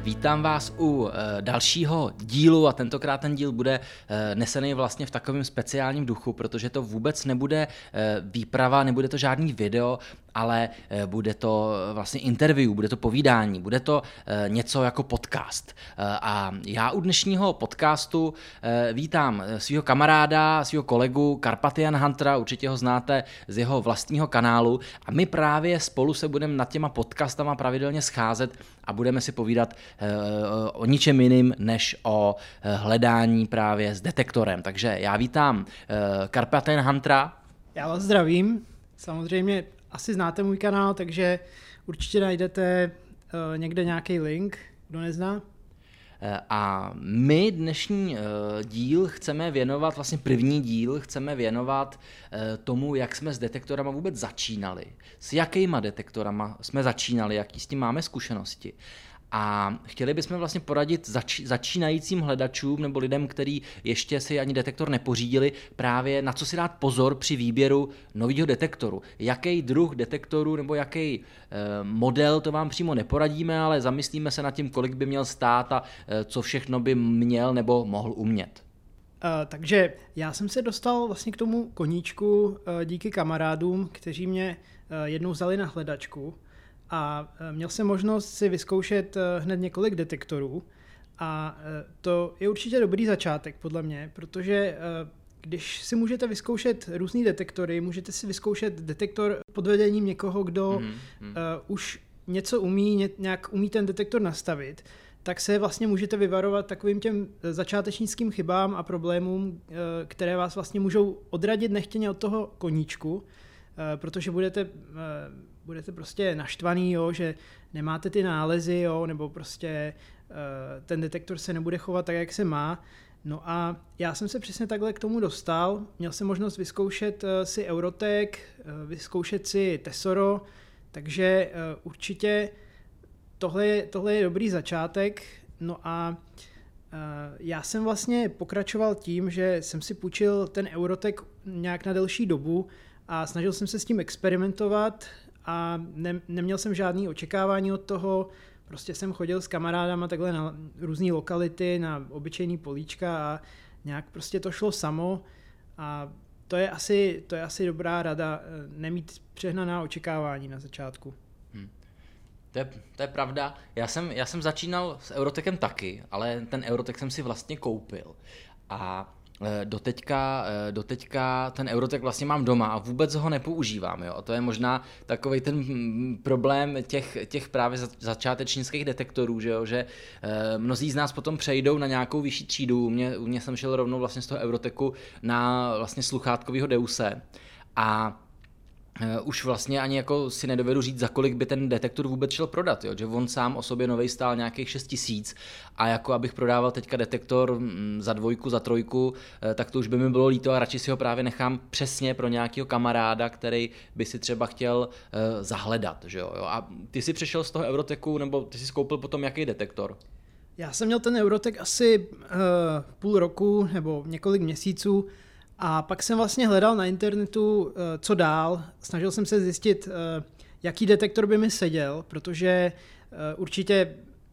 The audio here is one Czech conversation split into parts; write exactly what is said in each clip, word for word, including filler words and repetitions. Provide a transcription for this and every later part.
Vítám vás u e, dalšího dílu a tentokrát ten díl bude e, nesený vlastně v takovém speciálním duchu, protože to vůbec nebude e, výprava, nebude to žádný video, ale e, bude to vlastně interview, bude to povídání, bude to e, něco jako podcast. E, a já u dnešního podcastu e, vítám svého kamaráda, svého kolegu Carpathian Huntera, určitě ho znáte z jeho vlastního kanálu a my právě spolu se budeme nad těma podcastama pravidelně scházet a budeme si povídat o ničem jiným, než o hledání právě s detektorem. Takže já vítám Carpathian Huntera. Já vás zdravím. Samozřejmě asi znáte můj kanál, takže určitě najdete někde nějaký link, kdo nezná. A my dnešní díl chceme věnovat, vlastně první díl chceme věnovat tomu, jak jsme s detektorama vůbec začínali. S jakýma detektorama jsme začínali, jaký s tím máme zkušenosti. A chtěli bychom vlastně poradit zač- začínajícím hledačům nebo lidem, kteří ještě si ani detektor nepořídili, právě na co si dát pozor při výběru nového detektoru. Jaký druh detektoru nebo jaký e, model, to vám přímo neporadíme, ale zamyslíme se nad tím, kolik by měl stát a e, co všechno by měl nebo mohl umět. Uh, takže já jsem se dostal vlastně k tomu koníčku uh, díky kamarádům, kteří mě uh, jednou vzali na hledačku. A měl jsem možnost si vyzkoušet hned několik detektorů a to je určitě dobrý začátek podle mě, protože když si můžete vyzkoušet různý detektory, můžete si vyzkoušet detektor pod vedením někoho, kdo mm, mm. už něco umí, nějak umí ten detektor nastavit, tak se vlastně můžete vyvarovat takovým těm začátečnickým chybám a problémům, které vás vlastně můžou odradit nechtěně od toho koníčku, protože budete budete prostě naštvaný, jo, že nemáte ty nálezy, jo, nebo prostě uh, ten detektor se nebude chovat tak, jak se má. No a já jsem se přesně takhle k tomu dostal. Měl jsem možnost vyzkoušet uh, si Eurotech, uh, vyzkoušet si Tesoro, takže uh, určitě tohle je, tohle je dobrý začátek. No a uh, já jsem vlastně pokračoval tím, že jsem si půjčil ten Eurotech nějak na delší dobu a snažil jsem se s tím experimentovat, a ne, neměl jsem žádný očekávání od toho, prostě jsem chodil s kamarádama takhle na různé lokality, na obyčejný políčka a nějak prostě to šlo samo a to je asi, to je asi dobrá rada, nemít přehnaná očekávání na začátku. Hmm. To je, to je pravda, já jsem, já jsem začínal s Eurotechem taky, ale ten Eurotech jsem si vlastně koupil a Doteďka, doteďka ten Eurotech vlastně mám doma a vůbec ho nepoužívám. Jo? A to je možná takovej ten problém těch, těch právě začátečnických detektorů, že, jo? Že e, mnozí z nás potom přejdou na nějakou vyšší třídu. U mě, u mě jsem šel rovnou vlastně z toho Eurotechu na vlastně sluchátkovýho Deuse a Uh, už vlastně ani jako si nedovedu říct, za kolik by ten detektor vůbec šel prodat, jo? Že on sám o sobě novej stál nějakých šest tisíc a jako abych prodával teďka detektor mm, za dvojku, za trojku, uh, tak to už by mi bylo líto a radši si ho právě nechám přesně pro nějakého kamaráda, který by si třeba chtěl uh, zahledat, že jo? A ty si přešel z toho Eurotechu, nebo ty si skoupil potom jaký detektor? Já jsem měl ten Eurotech asi uh, půl roku nebo několik měsíců. A pak jsem vlastně hledal na internetu, co dál. Snažil jsem se zjistit, jaký detektor by mi seděl, protože určitě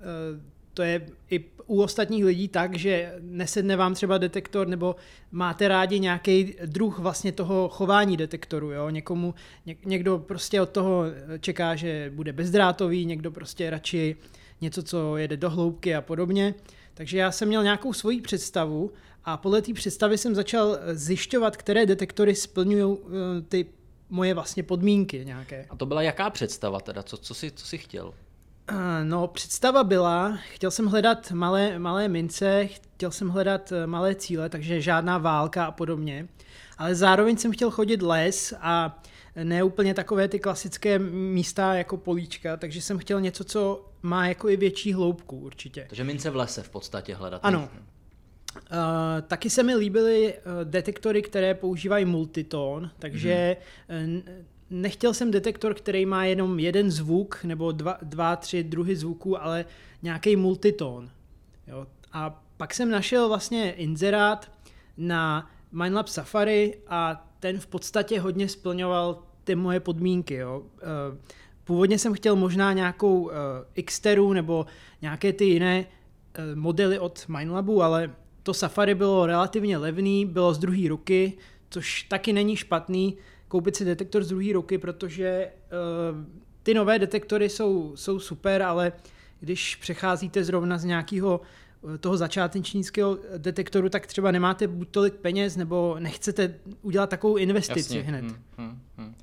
to je i u ostatních lidí tak, že nesedne vám třeba detektor, nebo máte rádi nějaký druh vlastně toho chování detektoru. Jo? Někomu, ně, někdo prostě od toho čeká, že bude bezdrátový, někdo prostě radši něco, co jede do hloubky a podobně. Takže já jsem měl nějakou svoji představu a podle té představy jsem začal zjišťovat, které detektory splňují ty moje vlastně podmínky nějaké. A to byla jaká představa teda? Co, co, jsi, co jsi chtěl? No, představa byla, chtěl jsem hledat malé, malé mince, chtěl jsem hledat malé cíle, takže žádná válka a podobně, ale zároveň jsem chtěl chodit les a ne úplně takové ty klasické místa jako políčka, takže jsem chtěl něco, co má jako i větší hloubku určitě. Takže mince v lese v podstatě hledat. Ano. Uh, taky se mi líbily uh, detektory, které používají multitón, takže hmm. uh, nechtěl jsem detektor, který má jenom jeden zvuk nebo dva, dva tři druhy zvuků, ale nějaký multitón. Jo. A pak jsem našel vlastně inzerát na Minelab Safari a ten v podstatě hodně splňoval ty moje podmínky. Jo. Uh, původně jsem chtěl možná nějakou uh, Xteru nebo nějaké ty jiné uh, modely od Minelabu, ale to Safari bylo relativně levný, bylo z druhé ruky, což taky není špatný koupit si detektor z druhé ruky, protože uh, ty nové detektory jsou, jsou super, ale když přecházíte zrovna z nějakého toho začátečnického detektoru, tak třeba nemáte buď tolik peněz, nebo nechcete udělat takovou investici Jasně. hned. Hmm, hmm, hmm.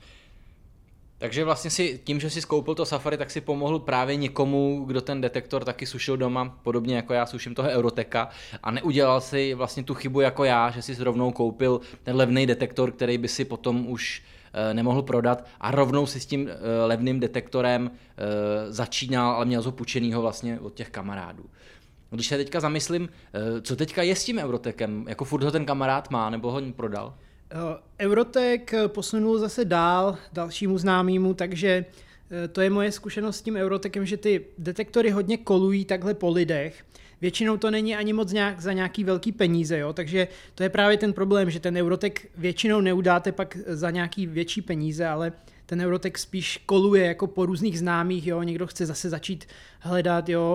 Takže vlastně si tím, že si skoupil to Safari, tak si pomohl právě někomu, kdo ten detektor taky sušil doma, podobně jako já suším toho Euroteka, a neudělal si vlastně tu chybu jako já, že si rovnou koupil ten levný detektor, který by si potom už e, nemohl prodat, a rovnou si s tím e, levným detektorem e, začínal, ale měl ho půjčenýho vlastně od těch kamarádů. Když se teďka zamyslím, e, co teďka je s tím Eurotekem, jako furt ho ten kamarád má, nebo ho prodal? Eurotek posunul zase dál dalšímu známému, takže to je moje zkušenost s tím Eurotekem, že ty detektory hodně kolují takhle po lidech. Většinou to není ani moc nějak za nějaký velký peníze, jo? Takže to je právě ten problém, že ten Eurotek většinou neudáte pak za nějaký větší peníze, ale ten Eurotek spíš koluje jako po různých známých, jo? Někdo chce zase začít hledat, jo?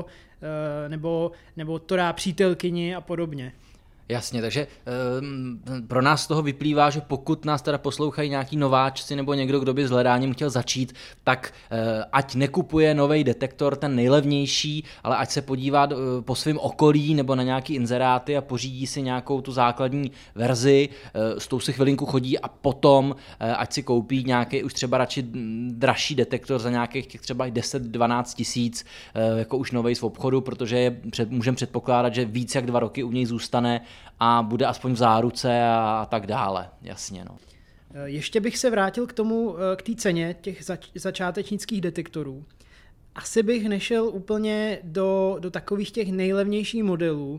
Nebo, nebo to dá přítelkyni a podobně. Jasně, takže um, pro nás z toho vyplývá, že pokud nás teda poslouchají nějaký nováčci nebo někdo, kdo by s hledáním chtěl začít, tak uh, ať nekupuje nový detektor, ten nejlevnější, ale ať se podívá uh, po svém okolí nebo na nějaký inzeráty a pořídí si nějakou tu základní verzi, uh, s tou si chvilinku chodí a potom uh, ať si koupí nějaký už třeba radši dražší detektor za nějakých těch třeba deset dvanáct tisíc, uh, jako už novej z obchodu, protože je před, můžeme předpokládat, že víc jak dva roky u něj zůstane a bude aspoň v záruce a tak dále, jasně. No. Ještě bych se vrátil k tomu, k té ceně těch zač- začátečnických detektorů. Asi bych nešel úplně do, do takových těch nejlevnějších modelů.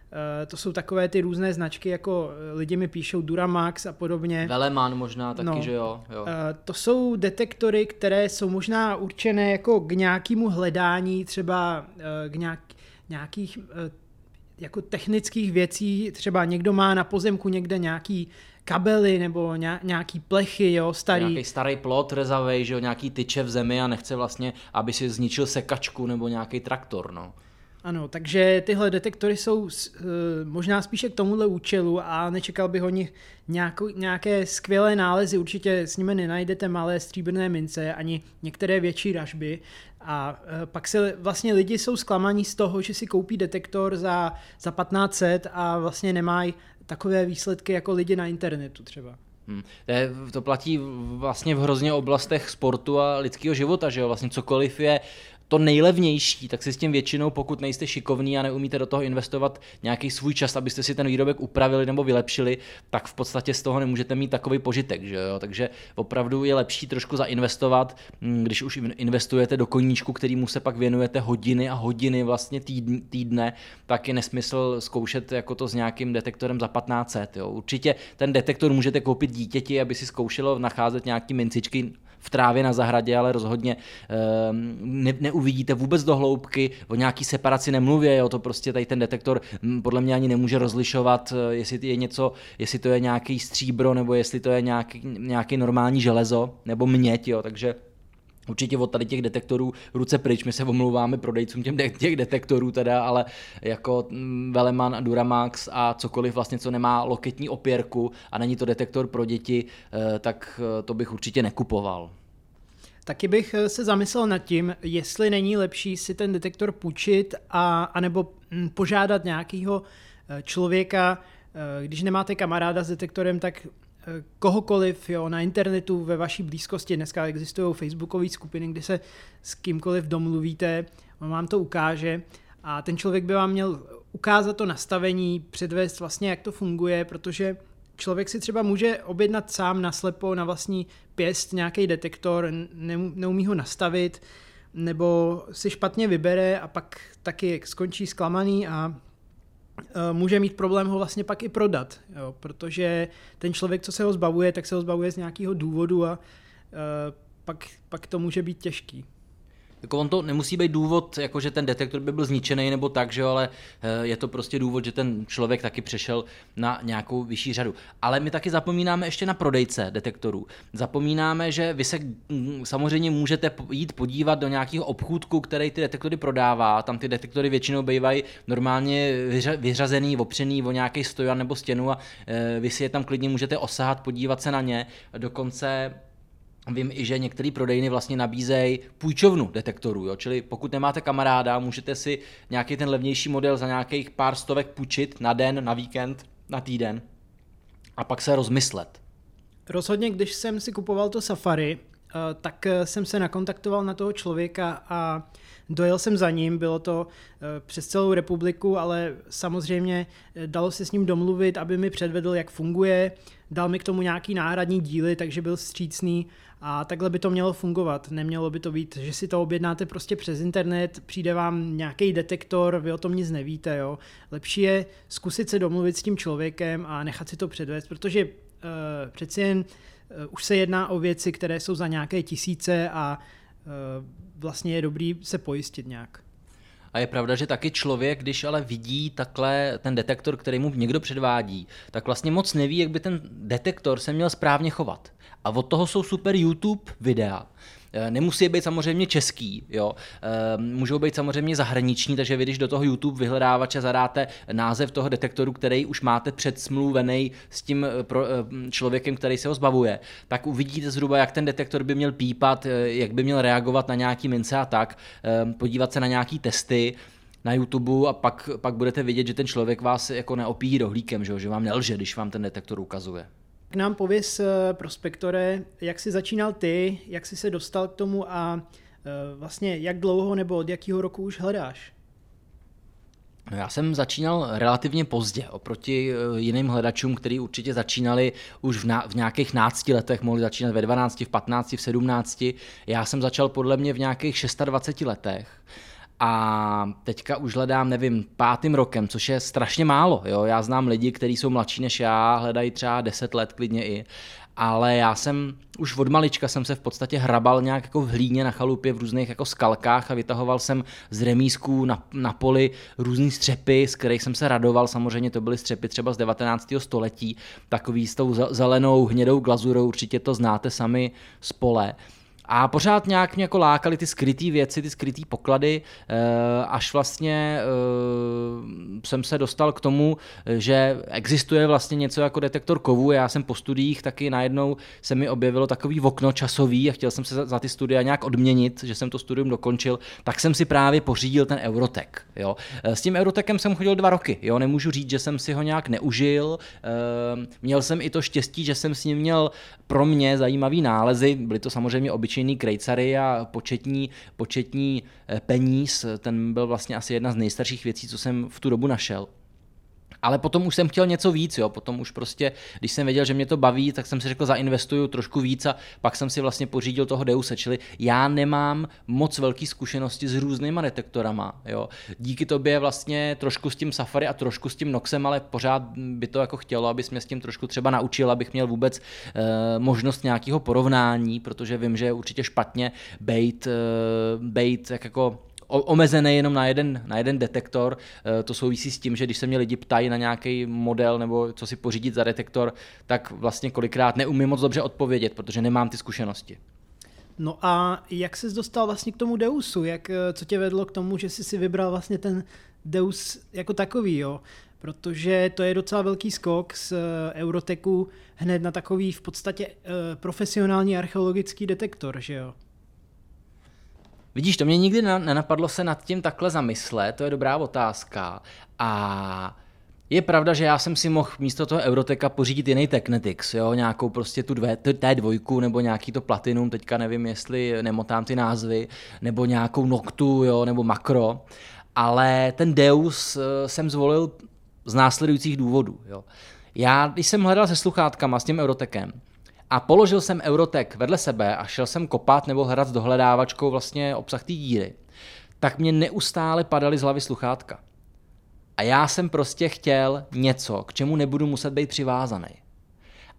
To jsou takové ty různé značky, jako lidi mi píšou Duramax a podobně. Veleman možná taky, no, že jo, jo. To jsou detektory, které jsou možná určené jako k nějakému hledání, třeba k nějak, nějakých jako technických věcí, třeba někdo má na pozemku někde nějaký kabely nebo nějaký plechy, jo, starý. Nějaký starý plot rezavej, že jo, nějaký tyče v zemi a nechce vlastně, aby si zničil sekačku nebo nějaký traktor, no. Ano, takže tyhle detektory jsou uh, možná spíše k tomuhle účelu a nečekal bych o nich nějakou, nějaké skvělé nálezy, určitě s nimi nenajdete malé stříbrné mince ani některé větší ražby a uh, pak se vlastně lidi jsou zklamaní z toho, že si koupí detektor za, za patnáct set a vlastně nemají takové výsledky jako lidi na internetu třeba. Hmm. To platí vlastně v hrozně oblastech sportu a lidského života, že jo, vlastně cokoliv je to nejlevnější, tak si s tím většinou, pokud nejste šikovní a neumíte do toho investovat nějaký svůj čas, abyste si ten výrobek upravili nebo vylepšili, tak v podstatě z toho nemůžete mít takový požitek, že jo? Takže opravdu je lepší trošku zainvestovat, když už investujete do koníčku, kterýmu se pak věnujete hodiny a hodiny vlastně týdne, týdne tak je nesmysl zkoušet jako to s nějakým detektorem za patnáct set, jo? Určitě ten detektor můžete koupit dítěti, aby si zkoušelo nacházet nějaký mincičky v trávě na zahradě, ale rozhodně ne, neuvidíte vůbec do hloubky, o nějaký separaci nemluvě, jo, to prostě tady ten detektor podle mě ani nemůže rozlišovat, jestli je něco, jestli to je nějaký stříbro, nebo jestli to je nějaký, nějaký normální železo, nebo měď, jo, takže určitě od tady těch detektorů ruce pryč, my se omlouváme prodejcům těm de- těch detektorů teda, ale jako Veleman a Duramax a cokoliv vlastně, co nemá loketní opěrku a není to detektor pro děti, tak to bych určitě nekupoval. Taky bych se zamyslel nad tím, jestli není lepší si ten detektor půjčit a, anebo požádat nějakého člověka, když nemáte kamaráda s detektorem, tak kohokoliv, jo, na internetu ve vaší blízkosti. Dneska existují facebookové skupiny, kde se s kýmkoliv domluvíte, on vám to ukáže a ten člověk by vám měl ukázat to nastavení, předvést vlastně, jak to funguje, protože člověk si třeba může objednat sám naslepo na vlastní pěst nějaký detektor, neumí ho nastavit, nebo si špatně vybere a pak taky skončí zklamaný a může mít problém ho vlastně pak i prodat, jo, protože ten člověk, co se ho zbavuje, tak se ho zbavuje z nějakého důvodu a uh, pak, pak to může být těžký. Jako on to nemusí být důvod, jako že ten detektor by byl zničený nebo tak, že jo, ale je to prostě důvod, že ten člověk taky přešel na nějakou vyšší řadu. Ale my taky zapomínáme ještě na prodejce detektorů. Zapomínáme, že vy se samozřejmě můžete jít podívat do nějakého obchůdku, který ty detektory prodává. Tam ty detektory většinou bývají normálně vyřazený, opřený o nějaký stojan nebo stěnu a vy si je tam klidně můžete osahat, podívat se na ně. Dokonce vím i, že některé prodejny vlastně nabízejí půjčovnu detektorů, jo? Čili pokud nemáte kamaráda, můžete si nějaký ten levnější model za nějakých pár stovek půjčit na den, na víkend, na týden a pak se rozmyslet. Rozhodně, když jsem si kupoval to Safari, tak jsem se nakontaktoval na toho člověka a dojel jsem za ním, bylo to přes celou republiku, ale samozřejmě dalo se s ním domluvit, aby mi předvedl, jak funguje, dal mi k tomu nějaký náhradní díly, takže byl vstřícný a takhle by to mělo fungovat. Nemělo by to být, že si to objednáte prostě přes internet, přijde vám nějaký detektor, vy o tom nic nevíte. Jo. Lepší je zkusit se domluvit s tím člověkem a nechat si to předvést, protože uh, přeci jen uh, už se jedná o věci, které jsou za nějaké tisíce a uh, vlastně je dobrý se pojistit nějak. A je pravda, že taky člověk, když ale vidí takhle ten detektor, který mu někdo předvádí, tak vlastně moc neví, jak by ten detektor se měl správně chovat. A od toho jsou super YouTube videa. Nemusí být samozřejmě český, jo. Můžou být samozřejmě zahraniční, takže vy, když do toho YouTube vyhledávače zadáte název toho detektoru, který už máte předsmluvený s tím člověkem, který se ho zbavuje, tak uvidíte zhruba, jak ten detektor by měl pípat, jak by měl reagovat na nějaký mince a tak, podívat se na nějaký testy na YouTube a pak, pak budete vidět, že ten člověk vás jako neopíjí rohlíkem, že, že vám nelže, když vám ten detektor ukazuje. K nám pověz, prospektore, jak jsi začínal ty, jak jsi se dostal k tomu a vlastně jak dlouho nebo od jakého roku už hledáš? No já jsem začínal relativně pozdě, oproti jiným hledačům, kteří určitě začínali už v, na, v nějakých nácti letech, mohli začínat ve dvanácti, v patnácti, v sedmnácti. Já jsem začal podle mě v nějakých dvaceti šesti letech. A teďka už hledám, nevím, pátým rokem, což je strašně málo. Jo? Já znám lidi, kteří jsou mladší než já, hledají třeba deset let klidně i. Ale já jsem už od malička jsem se v podstatě hrabal nějak jako v hlíně na chalupě v různých jako skalkách a vytahoval jsem z remízků na, na poli různý střepy, z kterých jsem se radoval. Samozřejmě to byly střepy třeba z devatenáctého století, takový s tou zelenou hnědou glazurou, určitě to znáte sami z pole. A pořád nějak mě jako lákaly ty skrytý věci, ty skrytý poklady, až vlastně jsem se dostal k tomu, že existuje vlastně něco jako detektor kovů. Já jsem po studiích taky najednou se mi objevilo takový okno časový a chtěl jsem se za ty studia nějak odměnit, že jsem to studium dokončil, tak jsem si právě pořídil ten Eurotech. Jo. S tím Eurotechem jsem chodil dva roky, jo. Nemůžu říct, že jsem si ho nějak neužil. Měl jsem i to štěstí, že jsem s ním měl pro mě zajímavý nálezy, byly to samozřejmě obyčejný krejcary a početní, početní peníz, ten byl vlastně asi jedna z nejstarších věcí, co jsem v tu dobu našel. Ale potom už jsem chtěl něco víc, jo. Potom už prostě, když jsem věděl, že mě to baví, tak jsem si řekl, zainvestuju trošku víc a pak jsem si vlastně pořídil toho Deuse, čili já nemám moc velký zkušenosti s různýma detektorama, jo. Díky tobě vlastně trošku s tím Safari a trošku s tím Noxem, ale pořád by to jako chtělo, abys mě s tím trošku třeba naučil, abych měl vůbec e, možnost nějakého porovnání, protože vím, že je určitě špatně bejt, e, bejt jak jako omezený jenom na jeden, na jeden detektor. To souvisí s tím, že když se mě lidi ptají na nějaký model nebo co si pořídit za detektor, tak vlastně kolikrát neumím moc dobře odpovědět, protože nemám ty zkušenosti. No a jak ses dostal vlastně k tomu Deusu? Jak, co tě vedlo k tomu, že jsi si vybral vlastně ten Deus jako takový, jo? Protože to je docela velký skok z Eurotechu hned na takový v podstatě profesionální archeologický detektor, že jo? Vidíš, to mě nikdy nenapadlo se nad tím takhle zamyslet, to je dobrá otázka. A je pravda, že já jsem si mohl místo toho Eurotecha pořídit jiný Technetics, jo, nějakou prostě tu dvě, té dvojku, nebo nějaký to Platinum, teďka nevím, jestli nemotám ty názvy, nebo nějakou Noctu, jo, nebo Makro. Ale ten Deus jsem zvolil z následujících důvodů, jo. Já, když jsem hledal se sluchátkama s tím Eurotechem, a položil jsem Eurotech vedle sebe a šel jsem kopat nebo hledat s dohledávačkou vlastně obsah té díry, tak mě neustále padaly z hlavy sluchátka. A já jsem prostě chtěl něco, k čemu nebudu muset být přivázaný.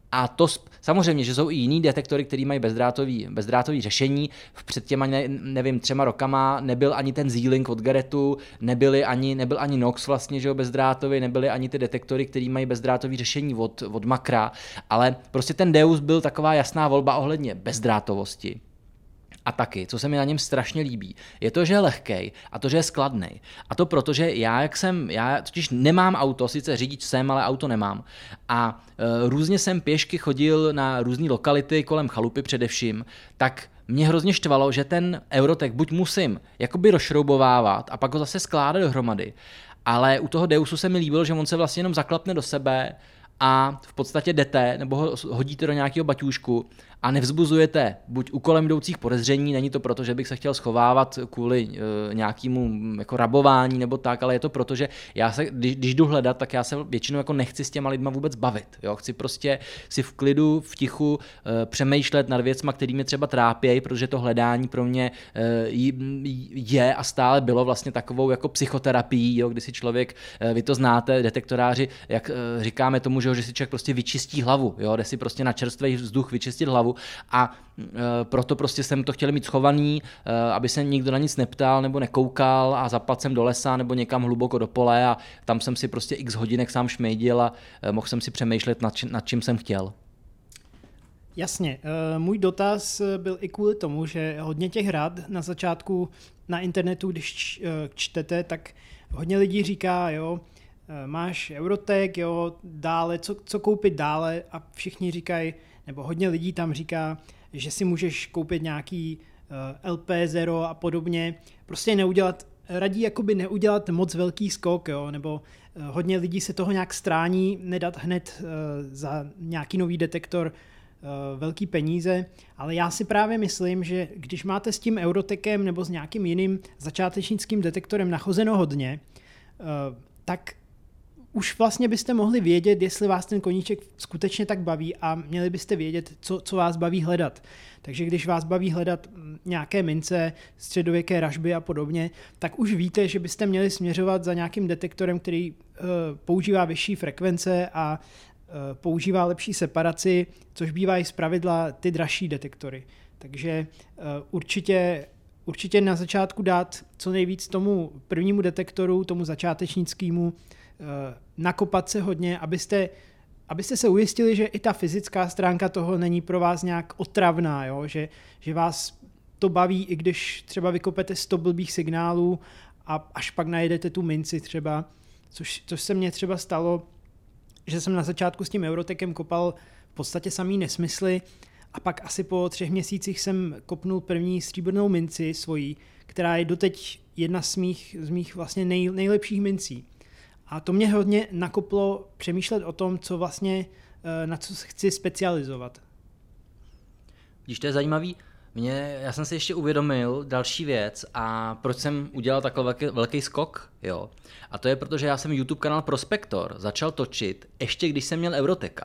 A to samozřejmě, že jsou i jiný detektory, který mají bezdrátový, bezdrátový řešení. Před těma, ne, nevím, třema rokama nebyl ani ten Z-Link od Garetu, nebyly ani, nebyl ani Nox vlastně, že jo, bezdrátový, nebyly ani ty detektory, který mají bezdrátový řešení od, od Makra, ale prostě ten Deus byl taková jasná volba ohledně bezdrátovosti. A taky, co se mi na něm strašně líbí, je to, že je lehkej a to, že je skladnej. A to proto, že já, jak jsem, já totiž nemám auto, sice řidič jsem, ale auto nemám. A e, různě jsem pěšky chodil na různé lokality kolem chalupy především, tak mě hrozně štvalo, že ten Eurotech buď musím jakoby rozšroubovávat a pak ho zase skládat dohromady, ale u toho Deusu se mi líbilo, že on se vlastně jenom zaklapne do sebe a v podstatě jdete nebo ho hodíte do nějakého baťůžku a nevzbuzujete buď úkolem jdoucích podezření, není to proto, že bych se chtěl schovávat kvůli e, nějakému jako rabování nebo tak, ale je to proto, že já se, když, když jdu hledat, tak já se většinou jako nechci s těma lidma vůbec bavit. Jo? Chci prostě si v klidu, v tichu e, přemýšlet nad věcma, které mě třeba trápějí, protože to hledání pro mě e, je a stále bylo vlastně takovou jako psychoterapií, jo? Kdy si člověk, e, vy to znáte, detektoráři, jak e, říkáme tomu, že, že si člověk prostě vyčistí hlavu, jo? Jde si prostě na čerstvý vzduch vyčistit hlavu. A e, proto prostě jsem to chtěl mít schovaný, e, aby se nikdo na nic neptal nebo nekoukal a zapadl jsem do lesa nebo někam hluboko do pole a tam jsem si prostě x hodinek sám šmejdil a e, mohl jsem si přemýšlet nad, či, nad čím jsem chtěl. Jasně, e, můj dotaz byl i kvůli tomu, že hodně těch rad na začátku na internetu, když čtete, tak hodně lidí říká, jo, máš Eurotech, jo, dále, co, co koupit dále a všichni říkají, nebo hodně lidí tam říká, že si můžeš koupit nějaký uh, L P Zero a podobně, prostě neudělat, radí jakoby neudělat moc velký skok, jo, nebo uh, hodně lidí se toho nějak strání, nedat hned uh, za nějaký nový detektor uh, velký peníze, ale já si právě myslím, že když máte s tím Eurotechem nebo s nějakým jiným začátečnickým detektorem nachozeno hodně, uh, tak už vlastně byste mohli vědět, jestli vás ten koníček skutečně tak baví a měli byste vědět, co, co vás baví hledat. Takže když vás baví hledat nějaké mince, středověké ražby a podobně, tak už víte, že byste měli směřovat za nějakým detektorem, který uh, používá vyšší frekvence a uh, používá lepší separaci, což bývají zpravidla ty dražší detektory. Takže uh, určitě určitě na začátku dát co nejvíc tomu prvnímu detektoru, tomu začátečnickému, nakopat se hodně, abyste, abyste se ujistili, že i ta fyzická stránka toho není pro vás nějak otravná, jo? Že, že vás to baví, i když třeba vykopete sto blbých signálů a až pak najedete tu minci třeba, což, což se mně třeba stalo, že jsem na začátku s tím Eurotechem kopal v podstatě samý nesmysly a pak asi po třech měsících jsem kopnul první stříbrnou minci svojí, která je doteď jedna z mých, z mých vlastně nej, nejlepších mincí. A to mě hodně nakoplo přemýšlet o tom, co vlastně, na co se chci specializovat. Když to je zajímavý, mě, já jsem si ještě uvědomil další věc a proč jsem udělal takhle velký, velký skok, jo. A to je proto, že já jsem YouTube kanál Prospektor začal točit ještě když jsem měl Eurotecha.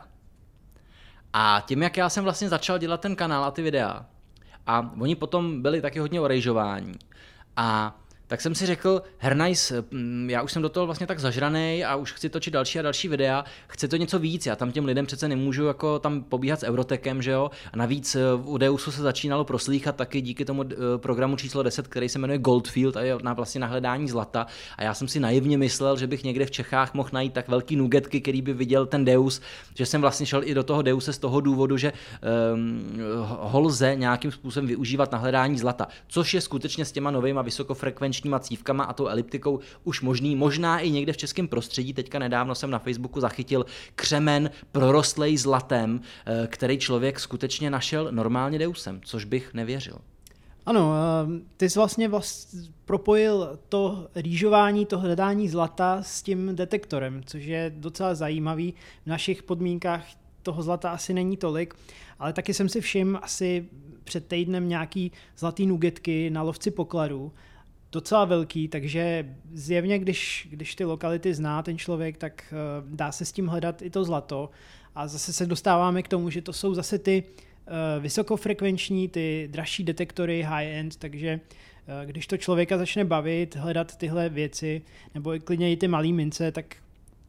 A tím, jak já jsem vlastně začal dělat ten kanál a ty videa, a oni potom byli taky hodně orejžování. A tak jsem si řekl, hernajs, já už jsem do toho vlastně tak zažranej a už chci točit další a další videa, chci to něco víc, já tam těm lidem přece nemůžu jako tam pobíhat s Eurotechem, že jo, a navíc u Deusu se začínalo proslýchat taky díky tomu programu číslo deset, který se jmenuje Goldfield a je na vlastně na hledání zlata a já jsem si naivně myslel, že bych někde v Čechách mohl najít tak velký nugetky, který by viděl ten Deus, že jsem vlastně šel i do toho Deuse z toho důvodu, že um, ho lze nějakým způsobem využívat na hledání zlata, což je skutečně s těma novejma vysokofrekvenčníma cívkama a tou eliptikou už možný, možná i někde v českém prostředí. Teďka nedávno jsem na Facebooku zachytil křemen prorostlej zlatem, který člověk skutečně našel normálně Deusem, což bych nevěřil. Ano, ty jsi vlastně, vlastně propojil to rýžování, to hledání zlata s tím detektorem, což je docela zajímavý. V našich podmínkách toho zlata asi není tolik, ale taky jsem si všiml asi před týdnem nějaký zlatý nugetky na lovci pokladů, docela velký, takže zjevně, když, když ty lokality zná ten člověk, tak uh, dá se s tím hledat i to zlato. A zase se dostáváme k tomu, že to jsou zase ty uh, vysokofrekvenční, ty dražší detektory high-end, takže uh, když to člověka začne bavit, hledat tyhle věci, nebo i klidně i ty malý mince, tak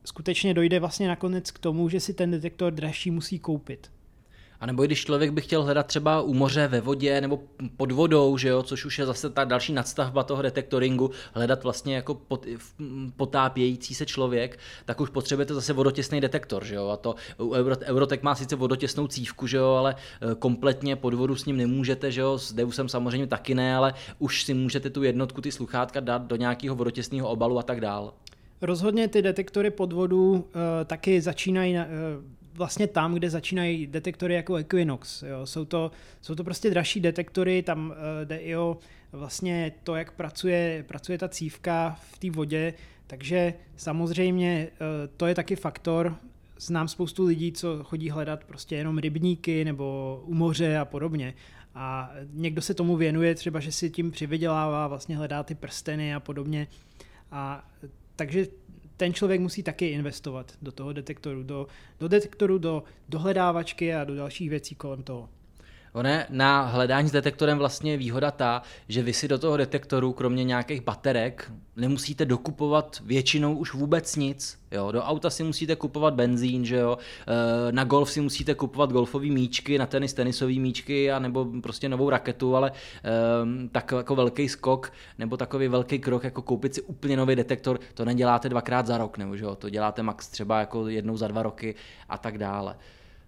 skutečně dojde vlastně nakonec k tomu, že si ten detektor dražší musí koupit. A nebo když člověk by chtěl hledat třeba u moře, ve vodě nebo pod vodou, že jo, což už je zase ta další nadstavba toho detektoringu, hledat vlastně jako pot, potápějící se člověk, tak už potřebujete zase vodotěsný detektor, že jo, a to Eurotech má sice vodotěsnou cívku, že jo, ale kompletně pod vodu s ním nemůžete, že jo, s Deusem samozřejmě taky ne, ale už si můžete tu jednotku, ty sluchátka dát do nějakého vodotěsného obalu a tak dál. Rozhodně ty detektory pod vodu uh, taky začínají uh, vlastně tam, kde začínají detektory jako Equinox. Jo. Jsou, to, jsou to prostě dražší detektory, tam uh, jde i o vlastně to, jak pracuje, pracuje ta cívka v té vodě, takže samozřejmě uh, to je taky faktor. Znám spoustu lidí, co chodí hledat prostě jenom rybníky nebo u moře a podobně. A někdo se tomu věnuje, třeba, že si tím přivydělává, vlastně hledá ty prsteny a podobně. A takže ten člověk musí taky investovat do toho detektoru, do, do detektoru, do dohledávačky a do dalších věcí kolem toho. One, na hledání s detektorem vlastně je výhoda ta, že vy si do toho detektoru, kromě nějakých baterek, nemusíte dokupovat většinou už vůbec nic. Jo? Do auta si musíte kupovat benzín, že jo? Na golf si musíte kupovat golfové míčky, na tenis tenisové míčky a nebo prostě novou raketu, ale um, tak jako velký skok nebo takový velký krok, jako koupit si úplně nový detektor, to neděláte dvakrát za rok, nebo že jo? To děláte max třeba jako jednou za dva roky a tak dále.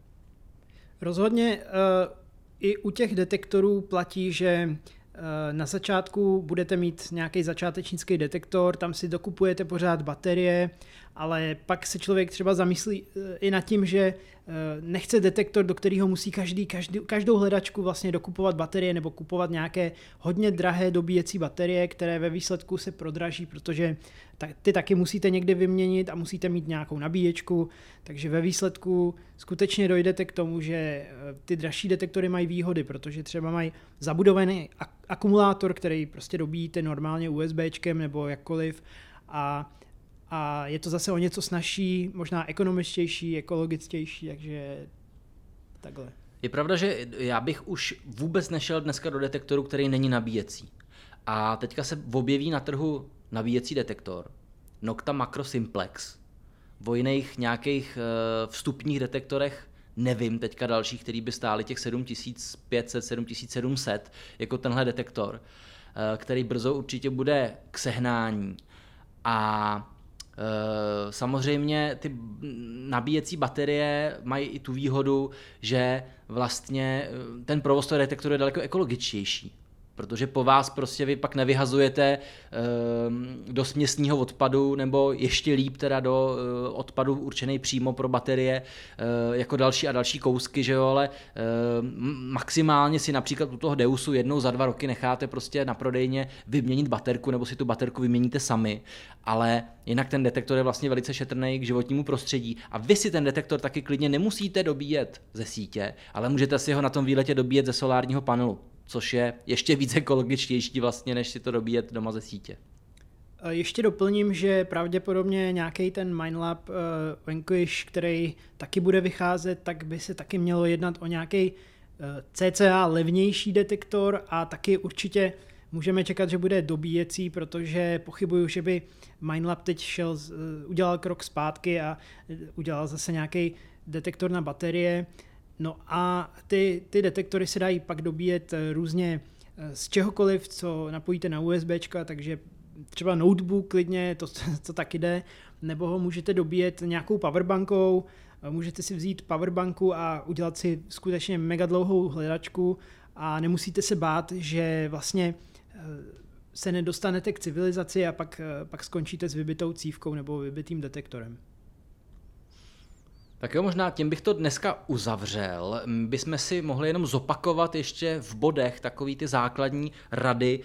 Rozhodně uh... I u těch detektorů platí, že na začátku budete mít nějaký začátečnický detektor, tam si dokupujete pořád baterie, ale pak se člověk třeba zamyslí i nad tím, že nechce detektor, do kterého musí každý, každý, každou hledačku vlastně dokupovat baterie nebo kupovat nějaké hodně drahé dobíjecí baterie, které ve výsledku se prodraží, protože ty taky musíte někdy vyměnit a musíte mít nějakou nabíječku, takže ve výsledku skutečně dojdete k tomu, že ty dražší detektory mají výhody, protože třeba mají zabudovaný akumulátor, který prostě dobíjíte normálně USBčkem nebo jakkoliv a A je to zase o něco snazší, možná ekonomičtější, ekologičtější, takže takhle. Je pravda, že já bych už vůbec nešel dneska do detektoru, který není nabíjecí. A teďka se objeví na trhu nabíjecí detektor. Nokta Makro Simplex. O jiných nějakých vstupních detektorech nevím teďka dalších, který by stály těch sedm tisíc pět set, sedm tisíc sedm set, jako tenhle detektor, který brzo určitě bude k sehnání. A samozřejmě ty nabíjecí baterie mají i tu výhodu, že vlastně ten provoz toho detektoru je daleko ekologičtější, protože po vás prostě vy pak nevyhazujete do směsního odpadu nebo ještě líp teda do odpadu určený přímo pro baterie jako další a další kousky, že jo, ale maximálně si například u toho Deusu jednou za dva roky necháte prostě na prodejně vyměnit baterku nebo si tu baterku vyměníte sami, ale jinak ten detektor je vlastně velice šetrný k životnímu prostředí a vy si ten detektor taky klidně nemusíte dobíjet ze sítě, ale můžete si ho na tom výletě dobíjet ze solárního panelu, což je ještě víc ekologičtější vlastně, než si to dobíjet doma ze sítě. Ještě doplním, že pravděpodobně nějaký ten Minelab uh, Vanquish, který taky bude vycházet, tak by se taky mělo jednat o nějaký uh, cca levnější detektor a taky určitě můžeme čekat, že bude dobíjecí, protože pochybuju, že by Minelab teď šel, uh, udělal krok zpátky a udělal zase nějaký detektor na baterie. No a ty, ty detektory se dají pak dobíjet různě z čehokoliv, co napojíte na USBčka, takže třeba notebook klidně, to, to taky jde, nebo ho můžete dobíjet nějakou powerbankou, můžete si vzít powerbanku a udělat si skutečně mega dlouhou hledačku a nemusíte se bát, že vlastně se nedostanete k civilizaci a pak, pak skončíte s vybitou cívkou nebo vybitým detektorem. Tak jo, možná tím bych to dneska uzavřel. Bychom si mohli jenom zopakovat ještě v bodech takový ty základní rady,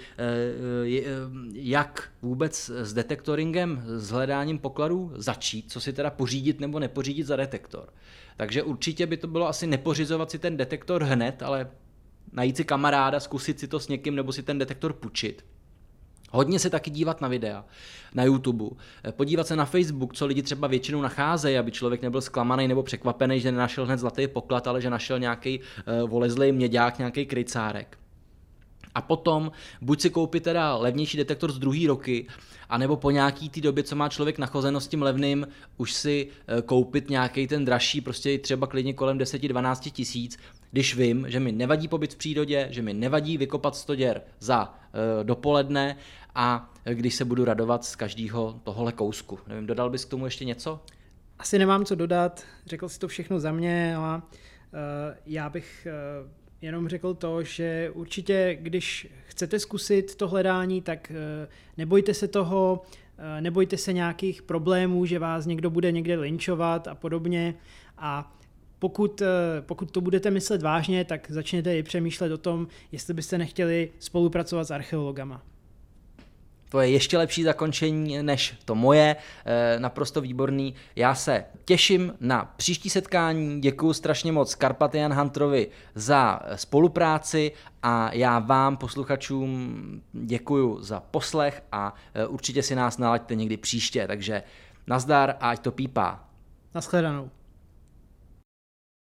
jak vůbec s detektoringem, s hledáním pokladů začít, co si teda pořídit nebo nepořídit za detektor. Takže určitě by to bylo asi nepořizovat si ten detektor hned, ale najít si kamaráda, zkusit si to s někým nebo si ten detektor půjčit. Hodně se taky dívat na videa, na YouTube, podívat se na Facebook, co lidi třeba většinou nacházejí, aby člověk nebyl zklamaný nebo překvapený, že nenašel hned zlatý poklad, ale že našel nějaký uh, volezlej měďák, nějaký krycárek. A potom buď si koupit teda levnější detektor z druhé roky, anebo po nějaký té době, co má člověk nachozeno s tím levným, už si koupit nějaký ten dražší, prostě třeba klidně kolem deset dvanáct tisíc, když vím, že mi nevadí pobyt v přírodě, že mi nevadí vykopat sto děr za e, dopoledne a když se budu radovat z každého tohohle kousku. Nevím, dodal bys k tomu ještě něco? Asi nemám co dodat, řekl si to všechno za mě, ale uh, já bych uh, jenom řekl to, že určitě, když chcete zkusit to hledání, tak uh, nebojte se toho, uh, nebojte se nějakých problémů, že vás někdo bude někde lynčovat a podobně a Pokud, pokud to budete myslet vážně, tak začněte i přemýšlet o tom, jestli byste nechtěli spolupracovat s archeologama. To je ještě lepší zakončení než to moje, naprosto výborný. Já se těším na příští setkání, děkuji strašně moc Carpathian Hunterovi za spolupráci a já vám, posluchačům, děkuji za poslech a určitě si nás nalaďte někdy příště, takže nazdar a ať to pípá. Naschledanou.